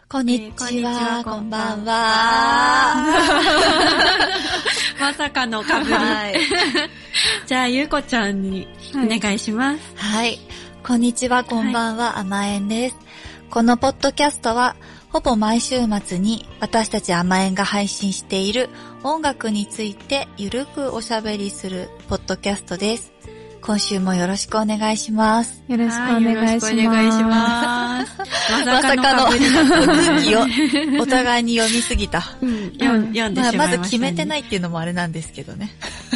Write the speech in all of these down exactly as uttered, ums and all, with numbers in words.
こんにちは、こんばんは。 まさかのかぶり。はい、じゃあ、ゆうこちゃんにお願いします。 はい。こんにちは、こんばんは、あまえんです。このポッドキャストは、ほぼ毎週末に私たちあまえんが配信している音楽についてゆるくおしゃべりするポッドキャストです。今週もよろしくお願いします。 よろしくお願いします。よろしくお願いします。 まさかの空気をお互いに読みすぎた。 うん、読んでしまいましたね。 まあ、まず決めてないっていうのもあれなんですけどね。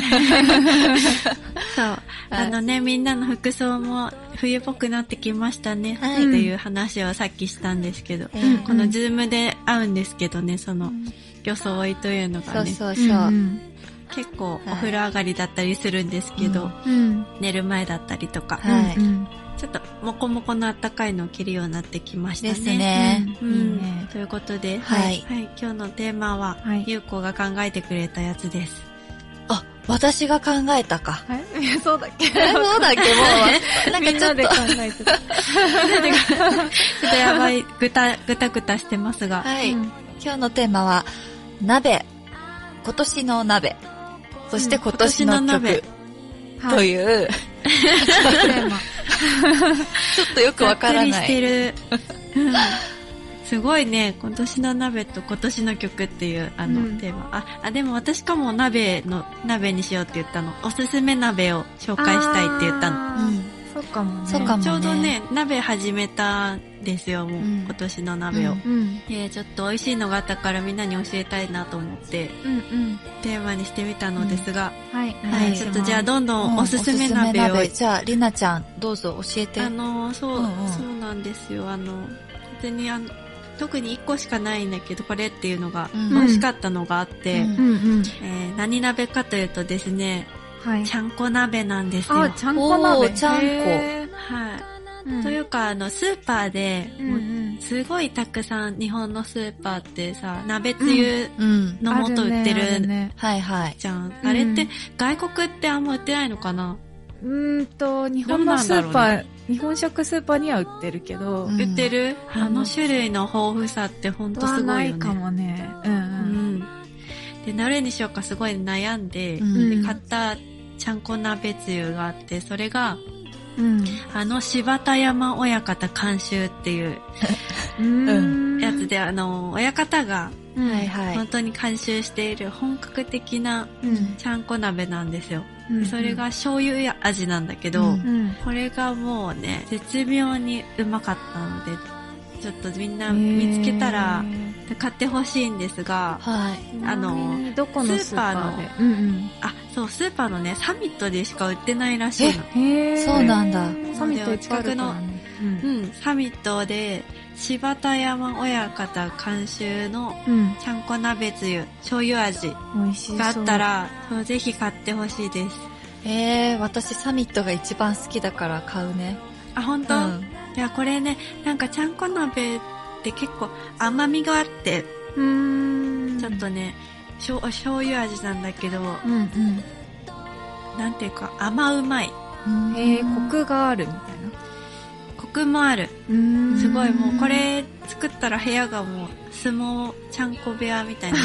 そう。あのね、みんなの服装も冬っぽくなってきましたね。はい。っていう話をさっきしたんですけど、うん、このズームで会うんですけどね、その装いというのがね。 そうそうそう。うん結構お風呂上がりだったりするんですけど、はいうん、寝る前だったりとか、はい、ちょっとモコモコのあったかいのを着るようになってきましたね。 ですね。 うんうん、いいねということで、はい、はい、今日のテーマは、はい、ゆうこが考えてくれたやつです。 あ、私が考えたか。 えそうだっけそうだっけもう、なんかちょっと。みんなで考えてた。ちょっとやばい、ぐた、ぐたぐたしてますが。 はい。うん、今日のテーマは、鍋。今年の鍋。そして今年の曲という、うん、ちょっとよくわからない。 ざっくりしてる、うん。すごいね、今年の鍋と今年の曲っていうあの、うん、テーマ。あ、あ、でも私かも鍋の、鍋にしようって言ったの。おすすめ鍋を紹介したいって言ったの。うん、 そうかもね。 そうかもね。 ちょうどね、鍋始めたんですよ、もう、うん、今年の鍋を、うんうん。えー、ちょっと美味しいのがあったからみんなに教えたいなと思って、うんうん、テーマにしてみたのですが、うん、はい、はい、ちょっとじゃあどんどんおすすめ鍋を。うん、 鍋じゃあ、りなちゃん、どうぞ教えて。 あの、そう、うんうん、そうなんですよ。あの、別にあの、特にいっこしかないんだけど、これっていうのが、うん、美味しかったのがあって、うんうん、えー、何鍋かというとですね、はい、ちゃんこ鍋なんですよ。 あ、ちゃんこ鍋。 ちゃんこ。 はい。うん、というか、あの、スーパーで、うんうん、すごいたくさん、日本のスーパーってさ、鍋つゆの素売ってる、うんね、 はいはい。 じゃん。あれって、外国ってあんま売ってないのかな？ うーんと、日本のスーパー、ね、日本食スーパーには売ってるけど。 うん、売ってる？あの種類の豊富さってほんとすごいよね。 ないかもね。うんうん。うん、 で、どれにしようかすごい悩んで、うん、で買ったちゃんこ鍋つゆがあって、それが、うん、あの柴田山親方監修っていうやつで、あの親方が本当に監修している本格的なちゃんこ鍋なんですよ、うん、それが醤油や味なんだけど、うん、これがもうね絶妙にうまかったのでちょっとみんな見つけたら買ってほしいんですが、はい、あのどこのスーパーで、 うんうん、あ、そうスーパーのねサミットでしか売ってないらしいの。 へー、そうなんだ。 サミット近くの、 うん、うん、サミットで柴田山親方監修のちゃんこ鍋つゆ、醤油味があったら、そう、ぜひ買ってほしいです。 えー、私サミットが一番好きだから買うね。 あ、本当？うん、いや、これね、なんかちゃんこ鍋って結構甘みがあって、うーんちょっとね、醤油味なんだけど、うんうん、なんていうか甘うまい。 えー、コクがあるみたいな。 コクもある。うーんすごいもうこれ作ったら部屋がもう相撲ちゃんこ部屋みたいな。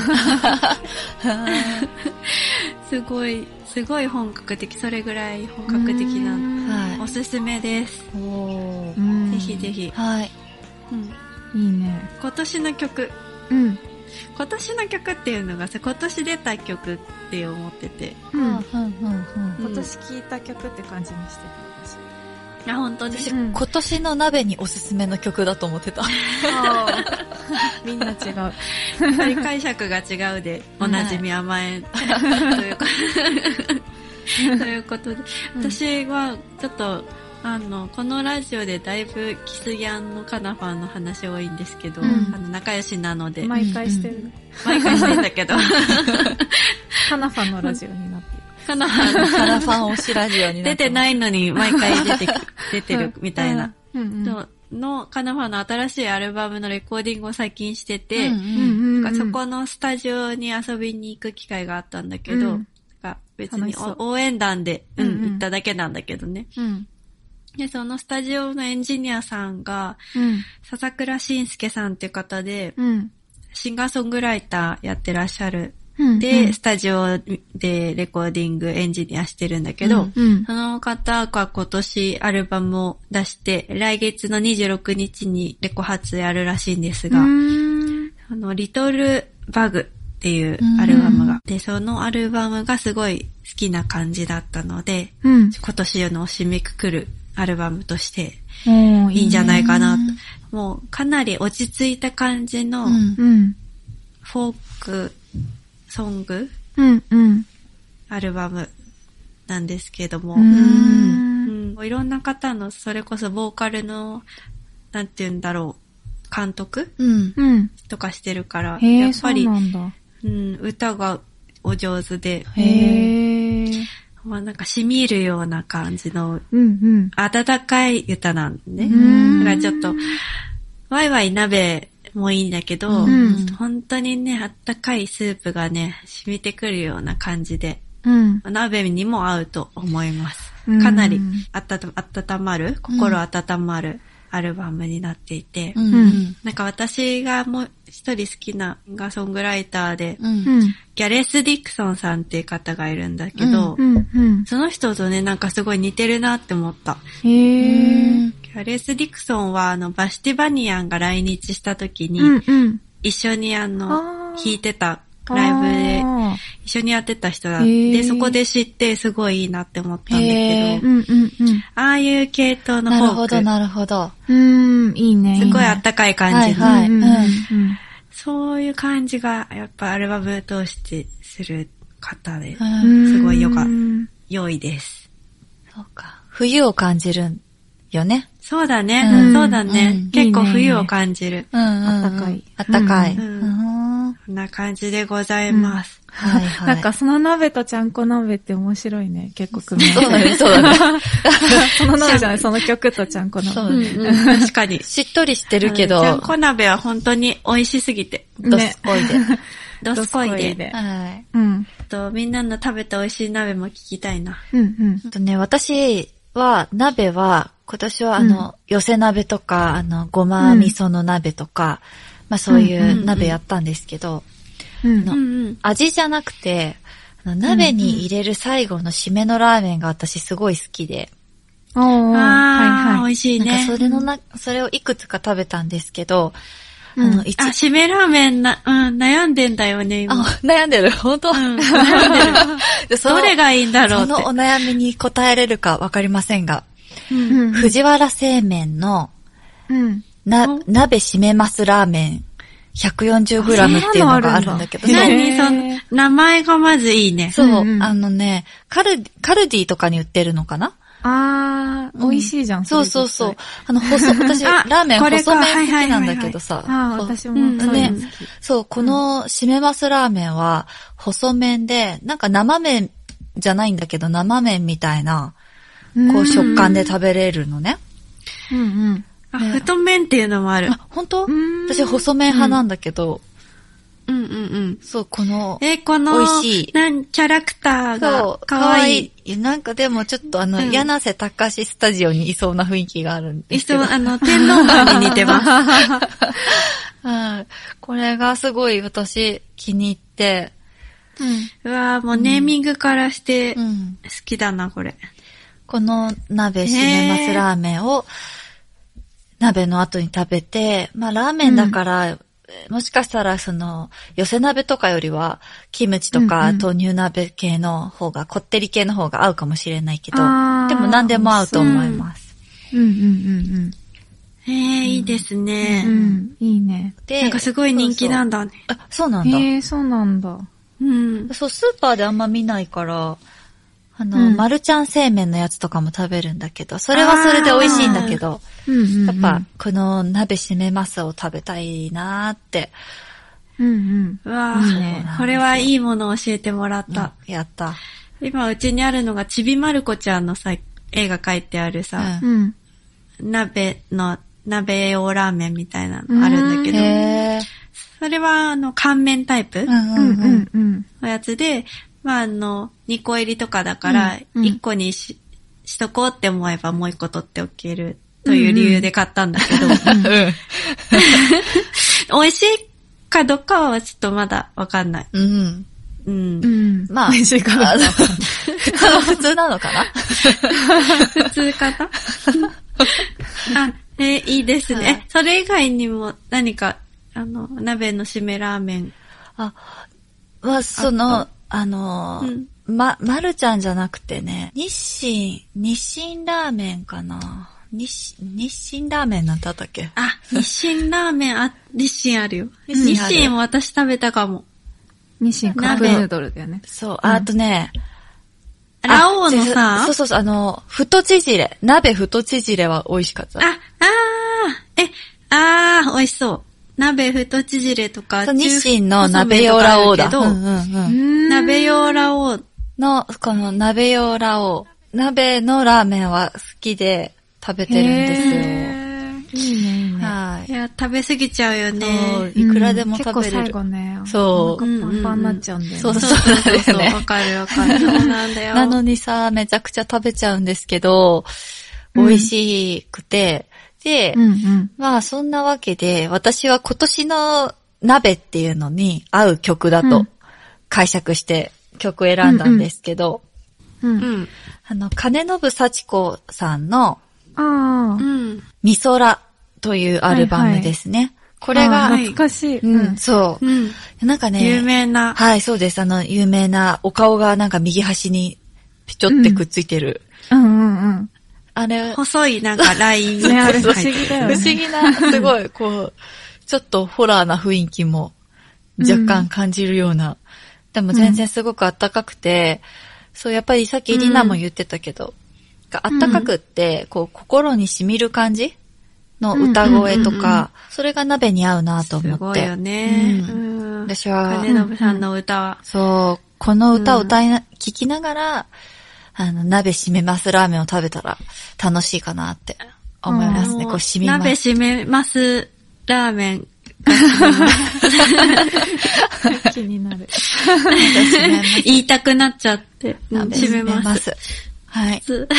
すごい、すごい本格的、それぐらい本格的な、はい、おすすめです。おーぜひぜひ。 はい。 うん、いいね。 今年の曲。うん。今年の曲っていうのがさ、今年出た曲って思ってて。うん。うん。うん。 今年聴いた曲って感じにしてた私。 あ、本当に、 私、うん、今年の鍋におすすめの曲だと思ってた。 みんな違う。 やっぱり解釈が違うで、おなじみ甘えん。ということということで、私はちょっと、あの、このラジオでだいぶキスギャンのカナファンの話多いんですけど、うん、あの仲良しなので。 毎回してる。 毎回してんだけど。 カナファンのラジオになってる。 カナファン、 カナファン推しラジオになってる。 出てないのに毎回出て、出てるみたいな。うんうんうんのカナファンの新しいアルバムのレコーディングを最近してて、うんうんうん、そこのスタジオに遊びに行く機会があったんだけど、うん、別に応援団で、うんうん、行っただけなんだけどね。うん、 で、そのスタジオのエンジニアさんが、うん、笹倉慎介さんっていう方で、うん、シンガーソングライターやってらっしゃる。うん、で、うん、スタジオでレコーディングエンジニアしてるんだけど、うんうん、その方が今年アルバムを出して、来月のにじゅうろくにちにレコ発やるらしいんですが、あの、リトルバグっていうアルバムが、で、そのアルバムがすごい好きな感じだったので、うん、今年の締めくくるアルバムとしていいんじゃないかなと。もうかなり落ち着いた感じのフォークソング、うんうん、アルバムなんですけども、うんうん、いろんな方のそれこそボーカルのなんて言うんだろう監督、うん、とかしてるから、やっぱり、うん、歌がお上手で。へー。まあ、なんか染み入るような感じの、うんうん、温かい歌なんでね。だからちょっと、ワイワイ鍋もいいんだけど、うん、本当にね、あったかいスープがね、染みてくるような感じで、うん、鍋にも合うと思います。かなりあたた温まる、心温まるアルバムになっていて、うん、なんか私がもう一人好きなシンガーソングライターで、うん、ギャレス・ディクソンさんっていう方がいるんだけど、うんうんうん、その人とね、なんかすごい似てるなって思った。へー。ギャレス・ディクソンはあのバシティバニアンが来日した時に、うんうん、一緒にあの弾いてたライブで一緒にやってた人だって、そこで知ってすごいいいなって思ったんだけど、うんうんうん、ああいう系統のフォーク。 なるほど、なるほど。 うーん、いいね。 すごいあったかい感じの、 はいはいうんうん。 そういう感じがやっぱアルバム通してする方で、すごいよか、良いです。 そうか。冬を感じるよね。 そうだね。うん、そうだね、うん。結構冬を感じる。 うんうんうん、あったかい。あったかい。うんうん、こんな感じでございます。 うん、はいはい。なんかその鍋とちゃんこ鍋って面白いね。結構組み合わせ。そうだね、そうだね。 その鍋じゃない、その曲とちゃんこ鍋。そう、うんうん、確かに。 しっとりしてるけど。 ちゃんこ鍋は本当に美味しすぎて。 どすこいで。 どすこいで。ではい。 うん。と、みんなの食べた美味しい鍋も聞きたいな。 うんうん。とね、私は、鍋は、今年はあの、うん、寄せ鍋とか、あの、ごま味噌の鍋とか、うん、まあそういう鍋やったんですけど、うんうんうん、味じゃなくて、あの鍋に入れる最後の締めのラーメンが私すごい好きで。 うん、ああ、はいはい、美味しいね。 なんかそれのな、それをいくつか食べたんですけど、 うん、あの、一、あ、締めラーメンな、うん、悩んでんだよね、今。 あ、悩んでる本当、うん、悩んでる。どれがいいんだろうって。 そのお悩みに答えれるかわかりませんが、うん、藤原製麺の、うん、な、鍋締めますラーメン ひゃくよんじゅうグラム っていうのがあるんだけど。 何その、名前がまずいいね。 そう、うんうん、あのね、カル、カルディとかに売ってるのかなあー、美味しいじゃん。 そうそうそう。あの、細、私、ラーメン細麺好きなんだけどさ。 あ、私もそうね。 そう、この締めますラーメンは、細麺で、なんか生麺じゃないんだけど、生麺みたいな、こう食感で食べれるのね。 うんうん。あ、太麺っていうのもある。 あ、本当？私細麺派なんだけど。 うんうんうん。 そう、この、 え、この、美味しい。なん、キャラクターが、かわいい。 なんかでもちょっとあの、うん、柳瀬隆スタジオにいそうな雰囲気があるんですけど。 いそう、あの、天皇館に似てます。 はい。これがすごい私気に入って。 うん。うわぁ、もうネーミングからして好きだな、これ。 この鍋締めますラーメンを、鍋の後に食べて、まあラーメンだから、うん、もしかしたらその、寄せ鍋とかよりは、キムチとか豆乳鍋系の方が、こってり系の方が合うかもしれないけど、でも何でも合うと思います。 うんうんうんうん。 えー、いいですね。 うん、いいね。 で、なんかすごい人気なんだね。 そうそう、あ、そうなんだ。 へえー、そうなんだ。 うん。そう、スーパーであんま見ないから、あの、うん、マルちゃん製麺のやつとかも食べるんだけど、それはそれで美味しいんだけど、うんうんうん、やっぱ、この鍋締めますを食べたいなーって。 うんうん。うわぁ、ね、これはいいものを教えてもらった。 うん、やった。 今うちにあるのがちびまる子ちゃんのさ、絵が描いてあるさ、うん、鍋の、鍋用ラーメンみたいなのあるんだけど、へー、それはあの、乾麺タイプのやつで、まああの、にこ入りとかだから、いっこにし、 しとこうって思えばもう一個取っておけるという理由で買ったんだけど。うんうん、美味しいかどうかはちょっとまだわかんない。 うん。 うん。 まあ、美味しいかどうか。普通なのかな普通かなあ、えー、いいですね。はい、え、それ以外にも何か、あの、鍋の締めラーメン。 あ、まあ、その、あの、うん、ま、まるちゃんじゃなくてね、日清、日清ラーメンかな。日清、日清ラーメンなんだったっけ？ あ、日清ラーメン、あ、日清あるよ。日清も私食べたかも。 日清カップヌードルだよね。 そう、あとね、 ラオウのさ、 そうそうそう、あの、太縮れ、鍋太縮れは美味しかった。 あ、あー、え、あー、美味しそう。鍋太縮れとか、 日清の鍋用ラオウだ。うんうんうん。 鍋用ラオウの、この鍋用ラオウ。鍋のラーメンは好きで食べてるんですよ。 いいね、いいね。 はい。いや、食べ過ぎちゃうよね。 そう、いくらでも食べれる。 結構最後ね。 そう。 パンパンになっちゃうんだよね。 そうそうそうそう。 わかるわかる。そうなんだよ。 なのにさ、めちゃくちゃ食べちゃうんですけど、美味しくて、で、うんうん、まあそんなわけで、私は今年の鍋っていうのに合う曲だと解釈して曲選んだんですけど、うんうんうん、あの、金信幸子さんの、 ああ、 うん。みそらというアルバムですね。はいはい、これが、 懐かしい。 うん、そう、うん。なんかね、 有名な。 はい、そうです。あの、有名な、お顔がなんか右端に、ぴちょってくっついてる。 うん、うんうんうん。 あれ、細いなんかライン。 ね、あれ不思議だよね。 不思議な、すごい、こう、ちょっとホラーな雰囲気も若干感じるような。うん、でも全然すごくあったかくて、うん、そう、やっぱりさっきリナも言ってたけど、あったかくって、こう、心に染みる感じの歌声とか、うんうんうんうん、それが鍋に合うなと思って。すごいよね。 うん、私は、 金信さんの歌は。 そう、この歌を歌いな、聴きながら、あの、鍋締めますラーメンを食べたら楽しいかなって思いますね。こう、締めます。 鍋締めますラーメン。 気になる。 言いたくなっちゃって。 鍋締めます。はい。 閉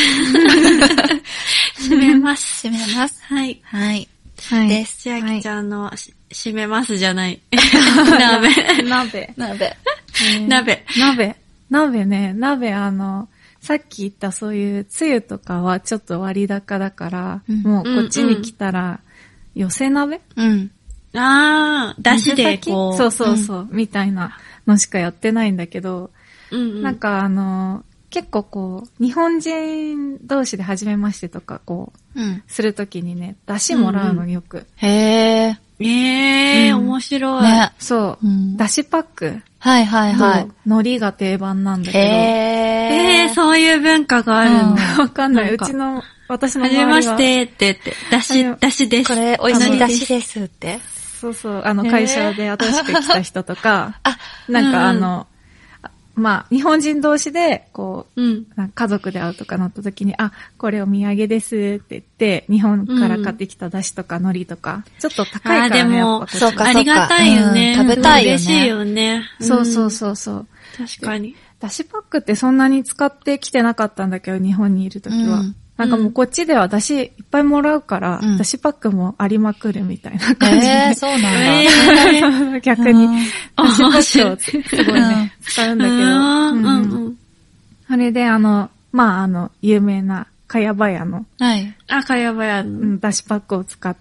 めます。 閉めます。 はい。 はい。 はい。です。千秋ちゃんの、閉めますじゃない。鍋。 鍋。 鍋。 鍋。 鍋。鍋ね。鍋あの、さっき言ったそういうつゆとかはちょっと割高だから、うん、もうこっちに来たら、寄せ鍋うん。 あー、だしでこう。そうそうそう、うん、みたいなのしかやってないんだけど、うんうん、なんかあの、結構こう、日本人同士で初めましてとかこう、うん、するときにね、出汁もらうのよく。うんうん、 へー。えー、うん、面白い。 ね。 そう。うん、出汁パック。 はいはいはい。 海苔が定番なんだけど。 へー。えー、そういう文化があるの、うん、 わかんない。うちの、私の周りは。 はじめましてって言って、出汁、出汁です。 これ、美味しい出汁ですって。 そうそう。あの、会社で新しく来た人とか、あ、なんかあの、うん、まあ、日本人同士で、こう、うん、家族で会うとかなった時に、あ、これお土産ですって言って、日本から買ってきた出汁とか海苔とか、ちょっと高いからね。 あ、でも、そうか、ありがたいよね。 うん、食べたいよね。 嬉しいよね。 そうそうそうそう。 確かに。 出汁パックってそんなに使ってきてなかったんだけど、日本にいる時は。うん、なんかもうこっちでは出汁いっぱいもらうから、うん、出汁パックもありまくるみたいな感じで。 えー、そうなんだ。 えー、逆に、出汁パックをすごいね、使うんだけど。うんうん、それであの、まああの、有名なかやばやの。 はい。あ、かやばやの。 出汁パックを使って、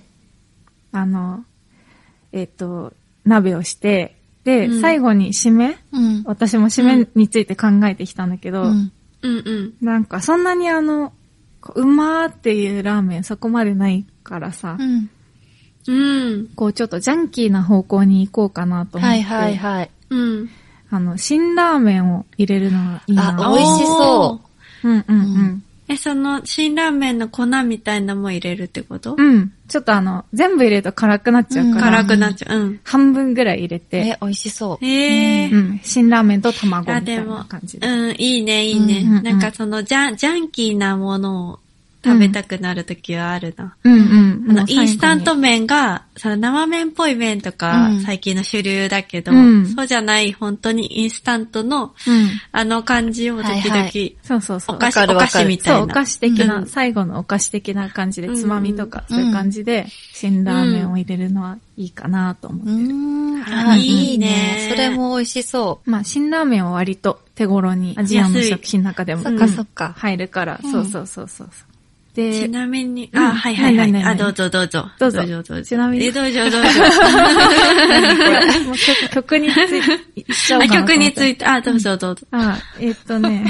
うん、あの、えっと、鍋をして、で、うん、最後に締め、うん、私も締めについて考えてきたんだけど、 うんうんうん、 なんかそんなにあの、うまーっていうラーメンそこまでないからさ、 うんうん、 こうちょっとジャンキーな方向に行こうかなと思って、 はいはいはい、 うん、 あの、辛ラーメンを入れるのがいいな。 あ、美味しそう。 うんうんうん。 え、その、辛ラーメンの粉みたいなのも入れるってこと？ うん。ちょっとあの、全部入れると辛くなっちゃうから。 うん、辛くなっちゃう。うん。 半分ぐらい入れて。 え、美味しそう。 えー。 うん。辛ラーメンと卵みたいな感じで。 うん、いいね、いいね。うんうんうん、なんかその、ジャン、ジャンキーなものを食べたくなるときはあるな。 うんうん。 あの、インスタント麺が、その生麺っぽい麺とか、最近の主流だけど、うん、そうじゃない本当にインスタントの、うん、あの感じを時々、はいはい、そうそうそう。お菓子、お菓子みたいな。 そう、お菓子的な、うん、最後のお菓子的な感じで、つまみとか、そういう感じで、辛ラーメンを入れるのはいいかなと思ってる。うん、 あ、いいね。それも美味しそう。 まあ、辛ラーメンは割と手頃に、アジアの食品の中でも、 そっかそっか。 入るから、そうそうそうそう。 で、ちなみに、あ、はいはいはい。あ、どうぞどうぞ。 どうぞ。どうぞ。ちなみに。 え、どうぞどうぞ。 もう曲、曲について、しちゃおうかな。 曲について、あ、どうぞどうぞ。 あ、えっとね。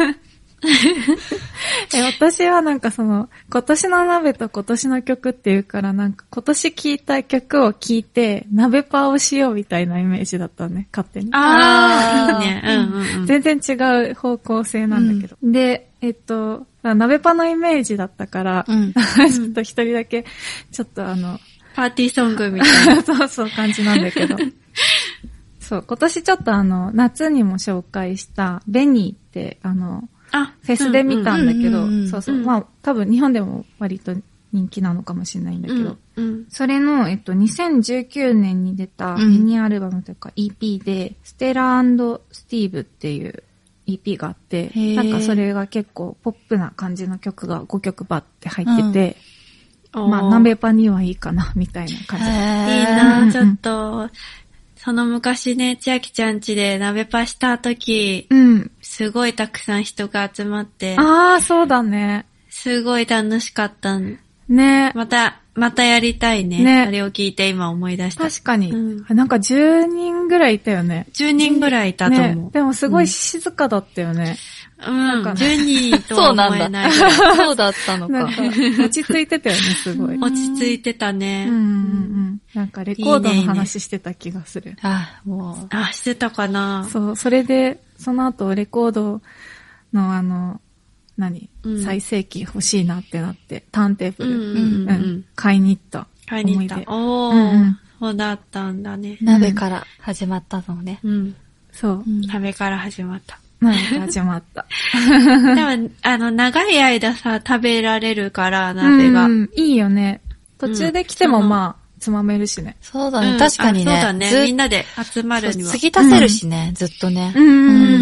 え、私はなんかその、今年の鍋と今年の曲っていうからなんか今年聴いた曲を聴いて、鍋パをしようみたいなイメージだったね、勝手に。 ああ、いいね。うんうんうん。 全然違う方向性なんだけど。うん、で、えっと、鍋パのイメージだったから、うん、ちょっと一人だけ、ちょっとあの、 パーティーソングみたいな。 そうそう感じなんだけど。そう、今年ちょっとあの、夏にも紹介したベニーって、あの、 あ、 フェスで見たんだけど、そうそう、うん、まあ多分日本でも割と人気なのかもしれないんだけど、うんうん、それの、えっと、にせんじゅうきゅうねんに出たミニアルバムというか イーピー で、うん、ステラ&スティーブっていう イーピー があって、なんかそれが結構ポップな感じの曲がごきょくバッて入ってて、うん、まあ鍋パにはいいかなみたいな感じ。 いいなぁ、ちょっと。その昔ね、千秋ちゃん家で鍋パした時、うん。すごいたくさん人が集まって。 ああ、そうだね。 すごい楽しかったん。 ね。 また、またやりたいね。ね。それを聞いて今思い出した。 確かに。うん、なんかじゅうにんぐらいいたよね。 じゅうにんぐらいいたと思う。 ね、でもすごい静かだったよね。 うん。なんかじゅうにんとは思えない。 そうなんだ。そうだったのか。 なんか落ち着いてたよね、すごい。 落ち着いてたね。 うんうんうん。なんかレコードの話してた気がする。いいねいいね、 あ、もう。あ、してたかな。 そう、それで、その後レコードのあの、何、うん、最盛期欲しいなってなって、ターンテーブル、うんうんうんうん、買いに行った。 買いに行った。おー、うんうん、そうだったんだね。 鍋から始まったのね。 うん。そう。 うん、鍋から始まった。 鍋から始まった。 でも、あの、長い間さ、食べられるから、鍋が。 うん、いいよね。途中で来てもまあ、つまめるしね。 そうだね、うん、確かにね。 そうだね。みんなで集まるには。 継ぎ足せるしね、うん、ずっとね。 うんうんうん。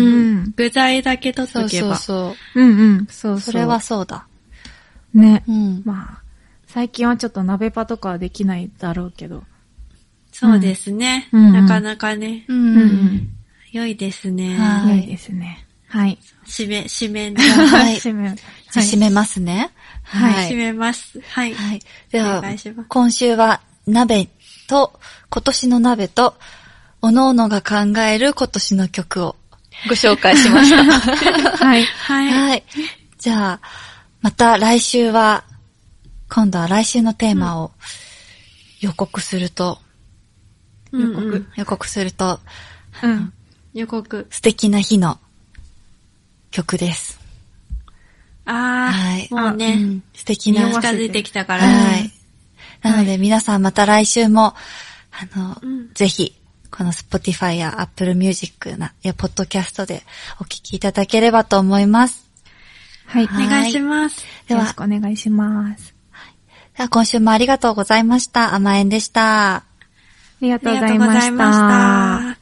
具材だけ取っとけば。 そうそうそう。うんうん。そうそう。 それはそうだ。 ね。うん。まあ、最近はちょっと鍋パとかはできないだろうけど。 そうですね。うん、なかなかね。うんうんうん。良いですね。 はい。良いですね。はい。 締め、締め、 はい。 締め。 じゃ締めますね。 はい。締めます。はい。 はい。では、今週は鍋と、今年の鍋と、おのおのが考える今年の曲をご紹介しました。 はい。 はい。 はい。じゃあ、また来週は、今度は来週のテーマを予告すると、 うん、予告、うんうん、 予告すると、 うん。予告。 素敵な日の曲です。 ああ、はい、もうね、うん、 素敵な。 近づいてきたから。 はい。なので皆さんまた来週も、あの、うん、ぜひ、この Spotify や Apple Music な、や、ポッドキャストでお聞きいただければと思います。 はい。 はい、お願いします。 では、よろしくお願いします。 はい。では、今週もありがとうございました。甘えんでした。 ありがとうございました。